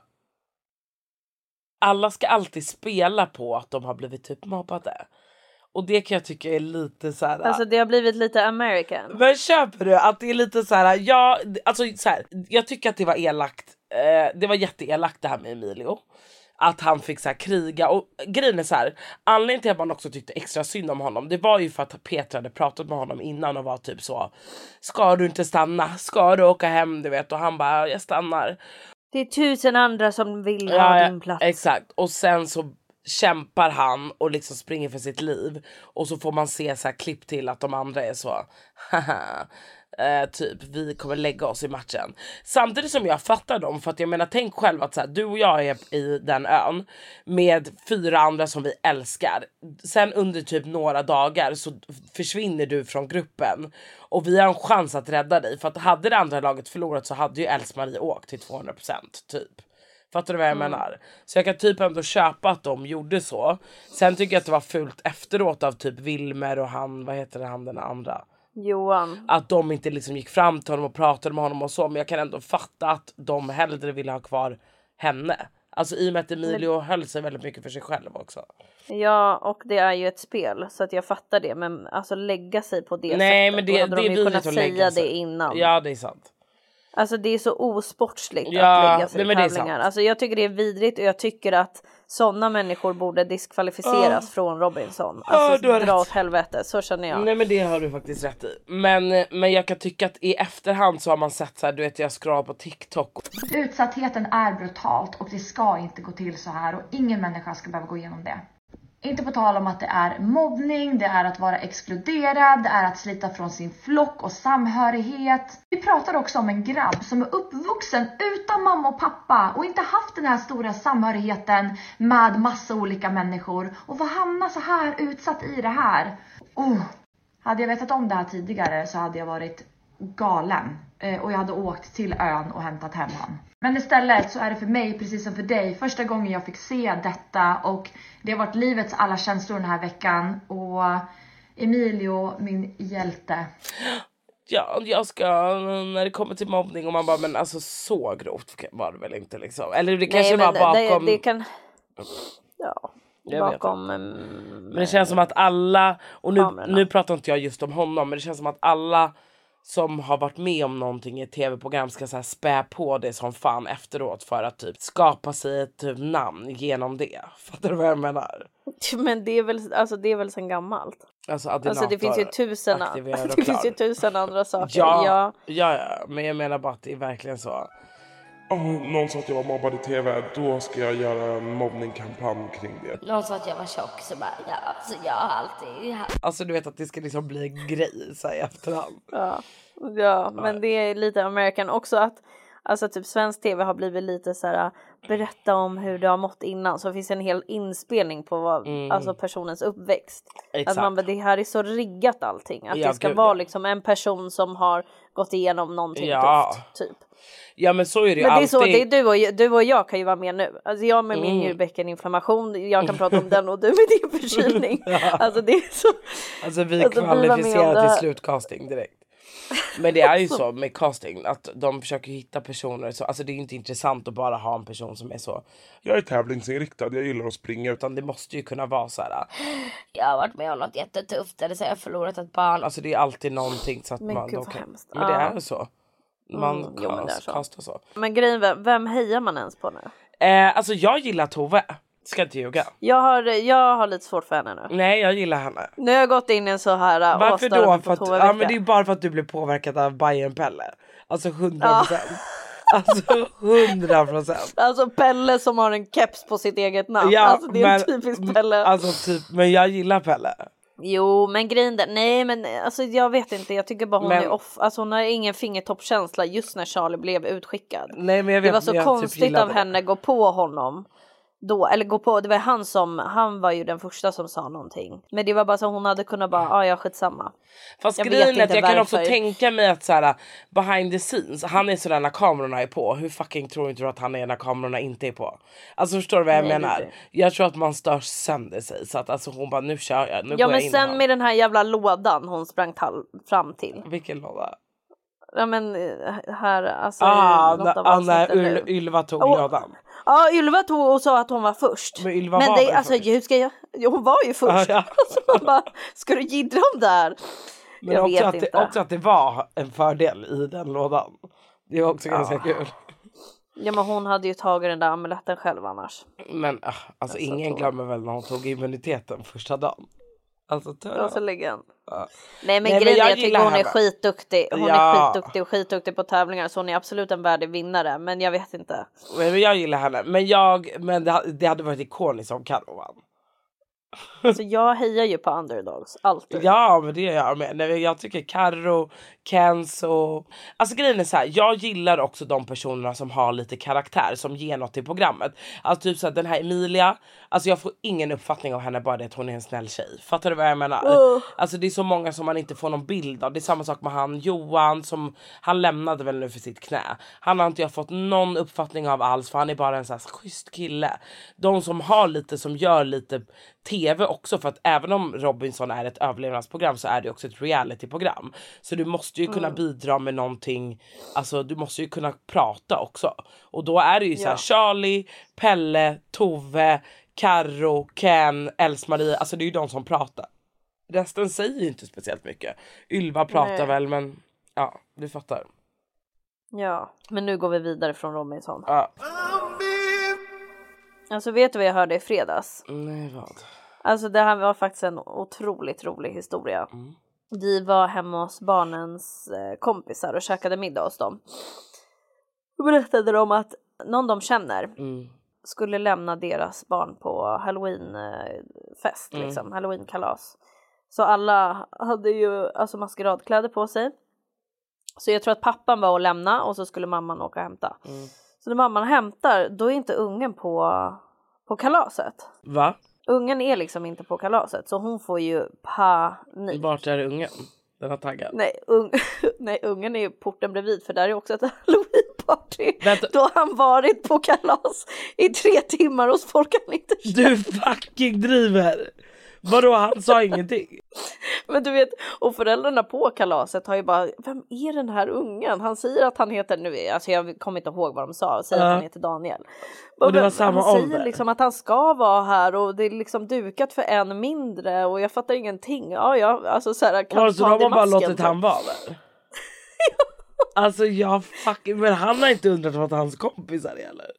alla ska alltid spela på att de har blivit typ mobbade. Och det kan jag tycka är lite så här. Alltså det har blivit lite American. Men köper du att det är lite så här, ja, alltså så här, jag tycker att det var elakt. Eh, det var jätteelakt det här med Emilio. Att han fick så här kriga. Och grejen är så här, anledningen till att man också tyckte extra synd om honom, det var ju för att Petra hade pratat med honom innan och var typ så, ska du inte stanna? Ska du åka hem, du vet? Och han bara, jag stannar. Det är tusen andra som vill ja, ha din plats. Exakt. Och sen så kämpar han och liksom springer för sitt liv. Och så får man se så här klipp till att de andra är så, haha, eh, typ, vi kommer lägga oss i matchen. Samtidigt som jag fattar dem, för att jag menar, tänk själv att så här, du och jag är i den ön med fyra andra som vi älskar. Sen under typ några dagar så försvinner du från gruppen. Och vi har en chans att rädda dig. För att hade det andra laget förlorat så hade ju Else-Marie åkt till tvåhundra procent typ. Fattar du vad jag mm. menar? Så jag kan typ ändå köpa att de gjorde så. Sen tycker jag att det var fult efteråt av typ Wilmer och han, vad heter det, han den andra? Johan. Att de inte liksom gick fram till honom och pratade med honom och så. Men jag kan ändå fatta att de hellre ville ha kvar henne. Alltså i och med att Emilio men... höll sig väldigt mycket för sig själv också. Ja, och det är ju ett spel så att jag fattar det. Men alltså lägga sig på det Nej, sättet. Men det, då hade det de ju kunnat säga sig. det innan. Ja, det är sant. Alltså det är så osportsligt ja, att lägga sig nej, i tävlingar. Alltså jag tycker det är vidrigt och jag tycker att sådana människor borde diskvalificeras oh. från Robinson. Alltså oh, dra åt helvete, så känner jag. Nej men det har du faktiskt rätt i. Men, men jag kan tycka att i efterhand så har man sett så här, du vet jag scrollar på TikTok. Utsattheten är brutalt och det ska inte gå till så här och ingen människa ska behöva gå igenom det. Inte på tal om att det är mobbning, det är att vara exkluderad, det är att slita från sin flock och samhörighet. Vi pratar också om en grabb som är uppvuxen utan mamma och pappa och inte haft den här stora samhörigheten med massa olika människor. Och vad hamnar så här utsatt i det här? Oh, hade jag vetat om det här tidigare så hade jag varit galen. Och jag hade åkt till ön och hämtat hem han. Men istället så är det för mig, precis som för dig, första gången jag fick se detta. Och det har varit livets alla känslor den här veckan. Och Emilio, min hjälte. Ja, jag ska, när det kommer till mobbning och man bara, men alltså så grovt var det väl inte liksom. Eller det kanske Nej, var bakom... Det, det kan... Ja... Bakom, men det känns som att alla, och nu, nu pratar inte jag just om honom, men det känns som att alla som har varit med om någonting i ett tv-program ska så här spä på det som fan efteråt för att typ skapa sig ett typ namn genom det. Fattar du vad jag menar? Men det är väl, alltså det är väl sen gammalt. Alltså, alltså det finns ju tusen, det finns ju tusen andra saker. Ja, ja. Ja, ja, men jag menar bara att det är verkligen så. Oh, någon sa att jag var mobbad i tv, då ska jag göra en mobbningkampanj kring det. Någon sa att jag var tjock, så bara, ja, alltså jag har alltid... Alltså du vet att det ska liksom bli en grej så här, i efterhand. Ja, ja, men det är lite American också att, alltså typ svensk tv har blivit lite så här, berätta om hur du har mått innan. Så finns en hel inspelning på vad, mm. alltså personens uppväxt. Exakt. Att man, det här är så riggat allting. Att ja, det ska gud, vara ja. liksom en person som har gått igenom någonting ja. tufft, typ. Ja men så är det ju men alltid. Det är så, det är du, och, du och jag kan ju vara med nu. Alltså jag med min mm. njurbäckeninflammation, jag kan prata om den och du med din förkylning. Ja. Alltså det är så. Alltså vi alltså, kvalificerar till slutcasting direkt. Men det är ju så med casting att de försöker hitta personer så, alltså det är inte intressant att bara ha en person som är så, jag är tävlingsinriktad, jag gillar att springa, utan det måste ju kunna vara så här. Jag har varit med om något jättetufft eller så jag har förlorat ett barn. Alltså det är alltid någonting så att men man gud, då kan, hemskt. men det är så. Man mm, jo, men cast, så. castar så. Men grejen, vem, vem hejar man ens på nu? Eh, alltså jag gillar Tove. Ska inte ljuga. Jag har, jag har lite svårt för henne nu. Nej, jag gillar henne. Nu har jag gått in i en så här. Varför då? För att, ja, men det är bara för att du blev påverkad av Bayern Pelle. Alltså hundra procent. Ja. Alltså hundra procent. Alltså Pelle som har en keps på sitt eget namn. Ja, alltså det är men, en typisk Pelle. Alltså typ, men jag gillar Pelle. Jo, men grejen där, nej men alltså jag vet inte, jag tycker bara hon men, är off, alltså hon har ingen fingertoppkänsla just när Charlie blev utskickad. Nej, men jag vet, det var så jag konstigt typ av henne att gå på honom då, eller gå på, det var han som, han var ju den första som sa någonting. Men det var bara så hon hade kunnat bara, ja ah, jag skitsamma. Fast grejen är att jag kan också tänka mig att så här, behind the scenes, han är sådär när kamerorna är på. Hur fucking tror inte du att han är när kamerorna inte är på? Alltså förstår du vad jag Nej, menar? Det. Jag tror att man stör sönder sig. Så att alltså hon bara, nu kör jag, nu ja, går jag in. Ja men sen med den här jävla lådan hon sprang tal- fram till. Vilken låda? Ja men här, alltså ah, när, när Yl- Ylva tog oh. lådan. Ja, Ylva tog och sa att hon var först. Men Ylva men var det, alltså, hur ska jag... Jo, hon var ju först. Ah, ja. Alltså, man bara, ska du gidra om där? Men jag också, vet att inte. Det, också att det var en fördel i den lådan. Det var också ja. ganska kul. Ja, men hon hade ju tagit den där amuletten själv annars. Men alltså, alltså ingen glömmer väl när hon tog immuniteten första dagen. Alltså törra. Alltså legend. Ja. Nej men grejen jag, jag tycker hon henne. är skitduktig. Hon ja. är skitduktig och skitduktig på tävlingar. Så hon är absolut en värdig vinnare. Men jag vet inte. Men jag gillar henne. Men, jag, men det, det hade varit ikoniskt om Karo vann. Alltså jag hejar ju på underdogs. Alltid. Ja men det gör jag med. Nej, jag tycker Karo, Kenzo. Alltså grejen är så här. Jag gillar också de personerna som har lite karaktär. Som ger något till programmet. Alltså typ så här, den här Emilia. Alltså jag får ingen uppfattning av henne. Bara det att hon är en snäll tjej. Fattar du vad jag menar? Uh. Alltså det är så många som man inte får någon bild av. Det är samma sak med han Johan. Som, han lämnade väl nu för sitt knä. Han har inte jag fått någon uppfattning av alls. För han är bara en så här schysst kille. De som har lite, som gör lite tv också, för att även om Robinson är ett överlevnadsprogram så är det också ett realityprogram. Så du måste ju kunna mm. bidra med någonting, alltså du måste ju kunna prata också. Och då är det ju så här ja. Charlie, Pelle, Tove, Karo, Ken, Els-Marie, alltså det är ju de som pratar. Resten säger ju inte speciellt mycket. Ylva pratar Nej. väl, men ja, du fattar. Ja, men nu går vi vidare från Robinson. Ja. Alltså vet du vad jag hörde i fredags? Nej, vad? Alltså det här var faktiskt en otroligt rolig historia. Mm. Vi var hemma hos barnens kompisar och käkade middag hos dem. Då berättade de att någon de känner mm. skulle lämna deras barn på Halloweenfest, Mm. liksom, Halloweenkalas. Så alla hade ju alltså maskeradkläder på sig. Så jag tror att pappan var och lämna och så skulle mamman åka och hämta. Mm. Så när mamman hämtar, då är inte ungen på, på kalaset. Va? Ungen är liksom inte på kalaset, så hon får ju panik. Vart är ungen? Den har taggat. Nej, un- Nej, ungen är ju porten bredvid, för där är också ett Halloween-party. Vänta. Då har han varit på kalas i tre timmar hos folk han inte känner. Du fucking driver! Vadå, han sa ingenting? Men du vet, och föräldrarna på kalaset har ju bara, vem är den här ungen? Han säger att han heter, nu alltså jag kommer inte ihåg vad de sa, säger uh. att han heter Daniel. Och det var samma han ålder. säger liksom att han ska vara här och det är liksom dukat för en mindre och jag fattar ingenting. Ja, ja, alltså så här, kan alltså, ta de har det bara masken, låtit han vara där. Alltså jag fucking, men han har inte undrat vad hans kompisar är, eller?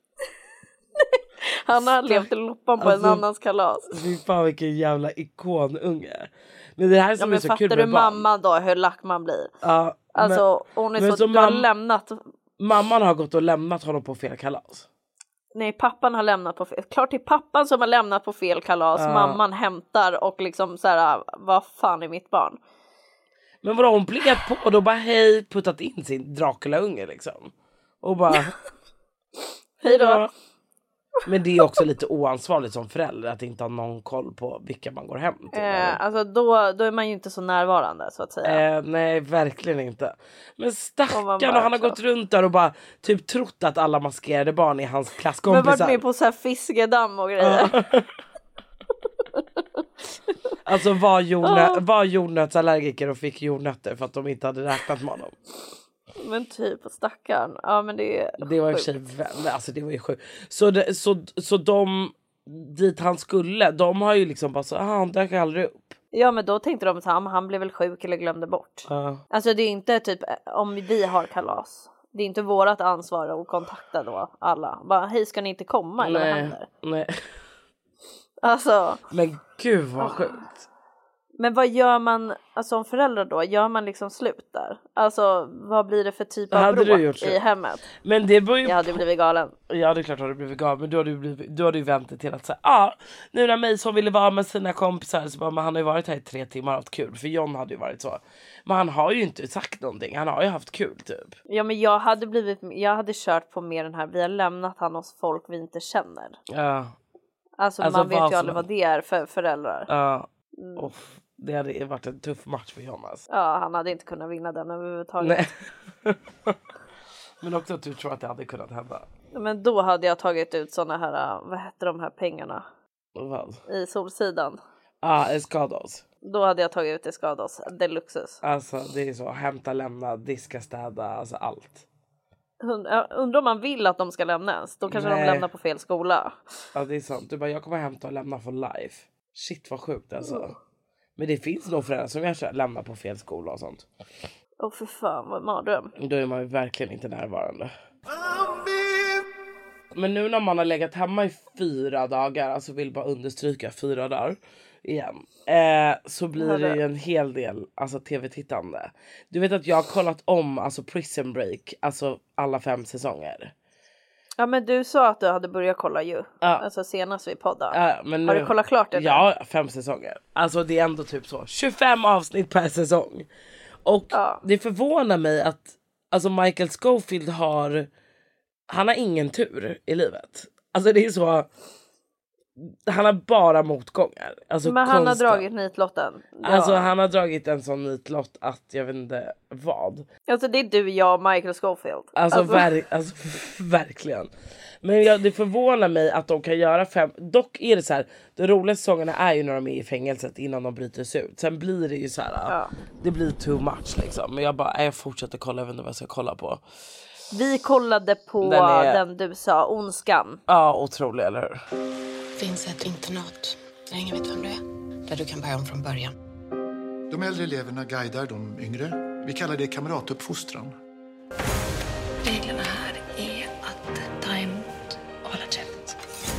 Han har levt i loppan på alltså, en annans kalas. Fy fan vilken jävla ikonunge. Men det här som ja, är så fattar kul med du barn. mamma då, hur lack man blir? Ja, alltså men, hon är så, så du har lämnat. Mamman har gått och lämnat honom på fel kalas. Nej, pappan har lämnat på fel. Klart det är pappan som har lämnat på fel kalas. Ja. Mamman hämtar och liksom så här, vad fan är mitt barn? Men vadå, hon plingat på och då bara hej, puttat in sin Dracula-unge liksom. Och bara hej då. Men det är också lite oansvarigt som förälder att inte ha någon koll på vilka man går hem till. Eh, alltså då, då är man ju inte så närvarande så att säga. Eh, nej, verkligen inte. Men stackarn, och han har gått runt där och bara typ trott att alla maskerade barn är hans klasskompisar. Men varit med på så här fiskedamm och grejer. Alltså var, jordnö- var jordnötsallergiker och fick jordnötter för att de inte hade räknat med honom. Men typ stackarn. Ja, men det är det var i och för sig alltså det var ju sjukt. Så det, så så de dit han skulle, de har ju liksom bara så ah, han dök aldrig upp. Ja, men då tänkte de så han han blev väl sjuk eller glömde bort. Uh. Alltså det är inte typ om vi har kalas. Det är inte vårat ansvar att kontakta då alla. Bara hej, ska ni inte komma eller nej, vad händer? Nej. Alltså. Men gud vad sjukt. Men vad gör man alltså som förälder då? Gör man liksom slut där? Alltså vad blir det för typ av bråk i hemmet? Men det var ju jag hade blivit galen. Ja, det är klart att du blivit galen. Men du hade ju blivit, du hade ju väntat till att säga ja, ah, nu när Mason ville vara med sina kompisar så bara, men han har ju varit här i tre timmar och haft kul. För John hade ju varit så. Men han har ju inte sagt någonting. Han har ju haft kul typ. Ja, men jag hade blivit, jag hade kört på mer den här, vi har lämnat han hos folk vi inte känner. Ja. Alltså, alltså man vet ju aldrig vad det är för föräldrar. Ja. Mm. Och det hade varit en tuff match för Jonas. Ja, han hade inte kunnat vinna den överhuvudtaget. Nej. Men också att du tror att det hade kunnat hända. Men då hade jag tagit ut såna här, vad heter de här pengarna? Vad? I Solsidan. Ja, ah, Eskados. Då hade jag tagit ut Eskados, Deluxus. Alltså det är så, hämta, lämna, diska, städa, alltså allt. Jag undrar om man vill att de ska lämnas. Då kanske Nej. de lämnar på fel skola. Ja, det är sant. Du bara, jag kommer hämta och lämna för life. Shit vad sjukt alltså. Mm. Men det finns nog föräldrar som kanske lämnar på fel skola och sånt. Åh oh, för fan, vad mardröm. Då är man ju verkligen inte närvarande. Men nu när man har legat hemma i fyra dagar, alltså vill bara understryka fyra dagar igen, eh, så blir det ju en hel del alltså tv-tittande. Du vet att jag har kollat om alltså Prison Break, alltså alla fem säsonger. Ja, men du sa att du hade börjat kolla ju. Ja. Alltså senast vi poddade. Ja, men har nu, du kollat klart det? Ja, där? fem säsonger. Alltså det är ändå typ så tjugofem avsnitt per säsong. Och ja. Det förvånar mig att alltså Michael Scofield har han har ingen tur i livet. Alltså det är så han har bara motgångar. Alltså men han konstant. har dragit nitlotten. Ja. Alltså han har dragit en sån nitlott att jag vet inte vad. Alltså det är du, jag och Michael Scofield. Alltså, alltså. Ver- alltså verkligen. Men jag, det förvånar mig att de kan göra fem. Dock är det så här, de roliga säsongerna är ju när de är i fängelset innan de bryter sig ut. Sen blir det ju så här, ja. Det blir too much liksom. Men jag bara, jag fortsätter kolla, jag vet inte vad jag ska kolla på. Vi kollade på den, är... den du sa, Ondskan. Ja, otrolig, eller hur? Det finns ett internat där ingen vet vem du är. Där du kan börja om från början. De äldre eleverna guidar de yngre. Vi kallar det kamratuppfostran. Reglerna här är att ta emot och hålla käft.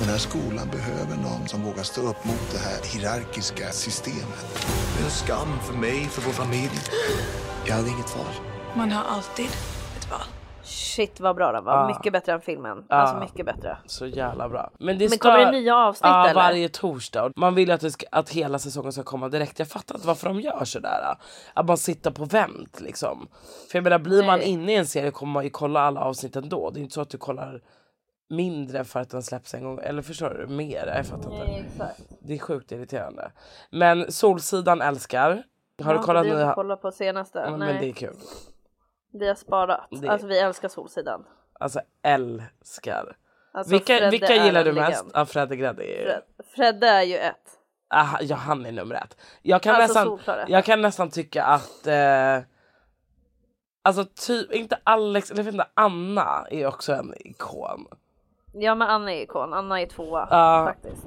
Den här skolan behöver någon som vågar stå upp mot det här hierarkiska systemet. Det är en skam för mig, för vår familj. Jag hade inget val. Man har alltid ett val. Shit vad bra den var. Ja. Mycket bättre än filmen. Ja. Alltså mycket bättre. Så jävla bra. Men, det Men kommer det nya avsnitt ja, eller? varje torsdag. Man vill att, det ska, att hela säsongen ska komma direkt. Jag fattar inte varför de gör sådär. Att man sitter på vänt liksom. För jag menar, blir Nej. man inne i en serie kommer man ju kolla alla avsnitt ändå. Det är inte så att du kollar mindre för att den släpps en gång. Eller förstår du? Mer, jag fattar inte. Nej, exakt. Det är sjukt irriterande. Men Solsidan älskar. Har ja, du kollat nya? Jag har kollat på senaste. Ja, Nej. Men det är kul. Vi har sparat. Det... Alltså vi älskar Solsidan. Alltså älskar. Alltså, vilka vilka gillar du mest? Ja, Fredde Gredde är ju... Fred. Fredde är ju ett. Ah, ja, han är nummer ett. Jag kan, alltså, nästan, jag kan nästan tycka att... Eh, alltså typ, inte Alex, eller jag vet inte, Anna är också en ikon. Ja, men Anna är ikon. Anna är tvåa, uh, faktiskt.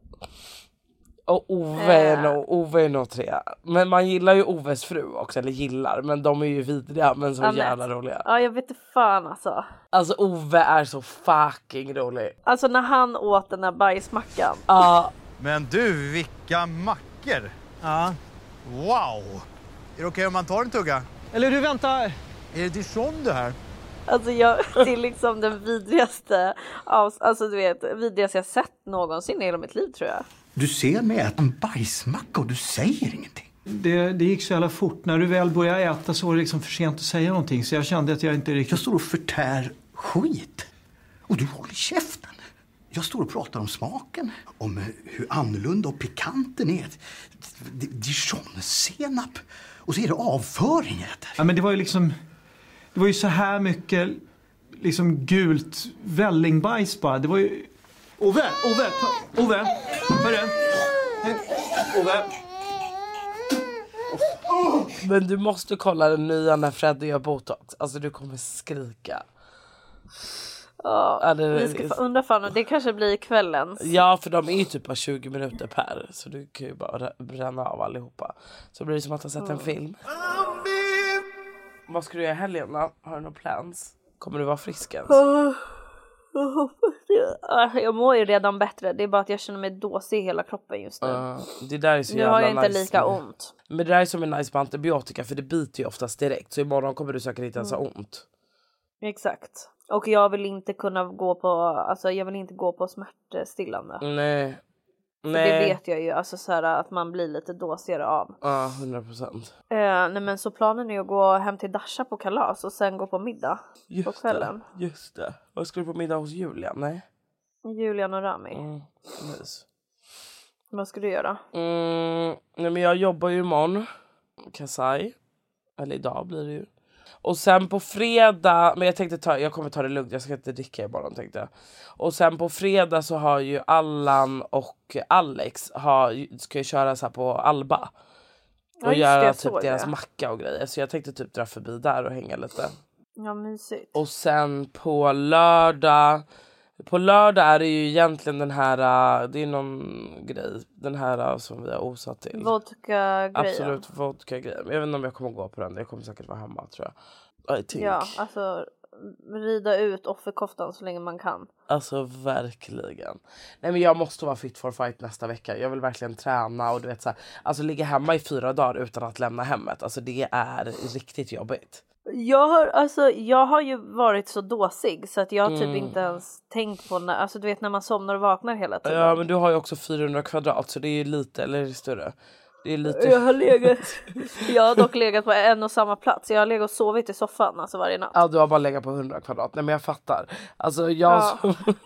Och Ove är, nog, Ove är nog tre. Men man gillar ju Oves fru också, eller gillar. Men de är ju vidriga, men så Annette. Jävla roliga. Ja, jag vet inte fan alltså. Alltså Ove är så fucking rolig. Alltså när han åt den där bajsmackan. Ja. Uh. Men du, vilka mackor. Ja. Wow. Är det okej om man tar en tugga? Eller du, vänta. Är det Dijon det här? Alltså jag, det är liksom den vidrigaste, alltså du vet, vidrigaste jag sett någonsin i hela mitt liv tror jag. Du ser mig äta en bajsmacka och du säger ingenting. Det, det gick så jävla fort. När du väl började äta så var det liksom för sent att säga någonting. Så jag kände att jag inte riktigt... Jag står och förtär skit. Och du håller käften. Jag står och pratar om smaken. Om hur annorlunda och pikant den är. Dijon-senap. Och så är det avföring. Ja, men det var ju liksom... Det var ju så här mycket liksom gult vällingbajs bara. Det var ju... Ove, Ove, Ove, hörru. Ove. Men du måste kolla den nya när Freddy gör botox. Alltså du kommer skrika. Ja, ja det, vi ska få undra fan, det kanske blir kvällens. Ja, för de är ju typ bara tjugo minuter per. Så du kan ju bara bränna av allihopa. Så blir det som att ha sett mm. en film. Vad ska du göra i helgen då? Har du några plans? Kommer du vara frisk ens? Oh, jag hoppas det. Jag mår ju redan bättre. Det är bara att jag känner mig dåsig i hela kroppen just nu. Uh, det där är så nu jävla har jag inte nice. lika ont. Men det där är som en nice på antibiotika. För det biter ju oftast direkt. Så imorgon kommer du säkert inte ens ha ont. Exakt. Och jag vill inte kunna gå på... Alltså jag vill inte gå på smärtstillande. Nej. För nej. Det vet jag ju, alltså så här, att man blir lite dåsigare av. Ja, hundra procent. Eh, nej men så planen är att gå hem till Dasha på kalas och sen gå på middag just på kvällen. Det, just det. Vad ska du på middag hos Julian? Nej. Julian och Rami. Mm, nice. Vad ska du göra? Mm, nej men jag jobbar ju imorgon. Kasai. Eller idag blir det ju. Och sen på fredag, men jag tänkte ta, jag kommer ta det lugnt, jag ska inte dricka imorgon tänkte jag. Och sen på fredag så har ju Allan och Alex har, ska ju köra så här på Alba. Och ja, göra det, typ deras det. macka och grejer. Så jag tänkte typ dra förbi där och hänga lite. Ja, mysigt. Och sen på lördag, på lördag är det ju egentligen den här, det är någon grej, den här som vi har osat till. Vodka-grejen. Absolut, vodka-grejen. Jag vet inte om jag kommer gå på den, jag kommer säkert vara hemma tror jag. I think. Ja, alltså rida ut offerkoftan så länge man kan. Alltså verkligen. Nej men jag måste vara fit for fight nästa vecka. Jag vill verkligen träna och du vet så här, alltså ligga hemma i fyra dagar utan att lämna hemmet. Alltså det är riktigt jobbigt. Jag har, alltså, jag har ju varit så dåsig så att jag har typ mm. inte ens tänkt på när, alltså du vet när man somnar och vaknar hela tiden. Ja men du har ju också fyrahundra kvadrat så det är ju lite, eller är det större? Det är lite... Jag har legat, jag har dock legat på en och samma plats. Jag har legat och sovit i soffan alltså varje natt. Ja du har bara legat på hundra kvadrat, nej men jag fattar. Alltså jag... Ja.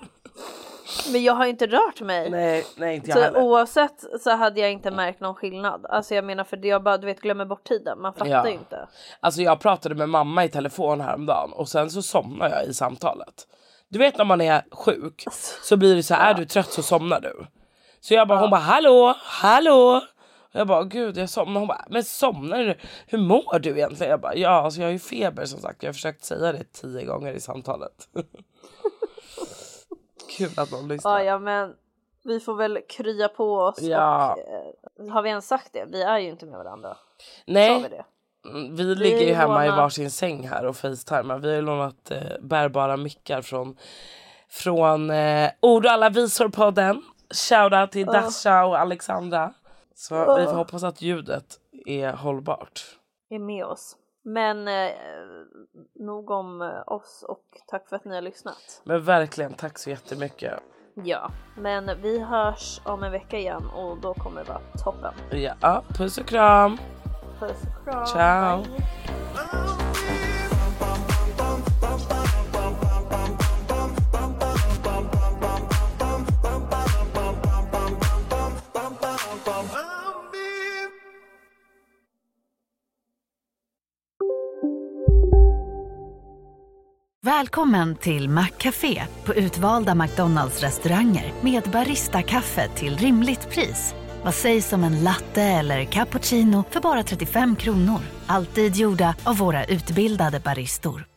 Men jag har inte rört mig. Nej, nej inte jag så heller. Oavsett så hade jag inte märkt någon skillnad. Alltså jag menar för jag bara du vet glömmer bort tiden. Man fattar ja. ju inte. Alltså jag pratade med mamma i telefon häromdagen och sen så somnar jag i samtalet. Du vet när man är sjuk så blir det så här, ja. är du trött så somnar du. Så jag bara, ja. hon bara hallå, hallå. Och jag bara gud jag somnar. Hon bara men somnar du? Hur mår du egentligen? Jag bara ja alltså jag har ju feber som sagt. Jag har försökt säga det tio gånger i samtalet. Kul att någon lyssnar. Ja, ja, men vi får väl krya på oss. Ja. Och, eh, har vi ens sagt det? Vi är ju inte med varandra. Nej. Vi, det? vi ligger vi ju hemma lånat... i varsin säng här och FaceTime. Vi har ju lånat eh, bärbara mickar från från eh, Ord och alla visor-podden. Shoutout till Oh. Dasha och Alexandra. Så Oh. vi får hoppas att ljudet är hållbart. Är med oss. Men eh, nog om eh, oss och tack för att ni har lyssnat. Men verkligen, tack så jättemycket. Ja, men vi hörs om en vecka igen och då kommer det vara toppen. Ja, puss och kram. Puss och kram. Ciao. Bye. Välkommen till Maccafé på utvalda McDonalds restauranger med Barista-kaffe till rimligt pris. Vad sägs om en latte eller cappuccino för bara trettiofem kronor? Alltid gjorda av våra utbildade baristor.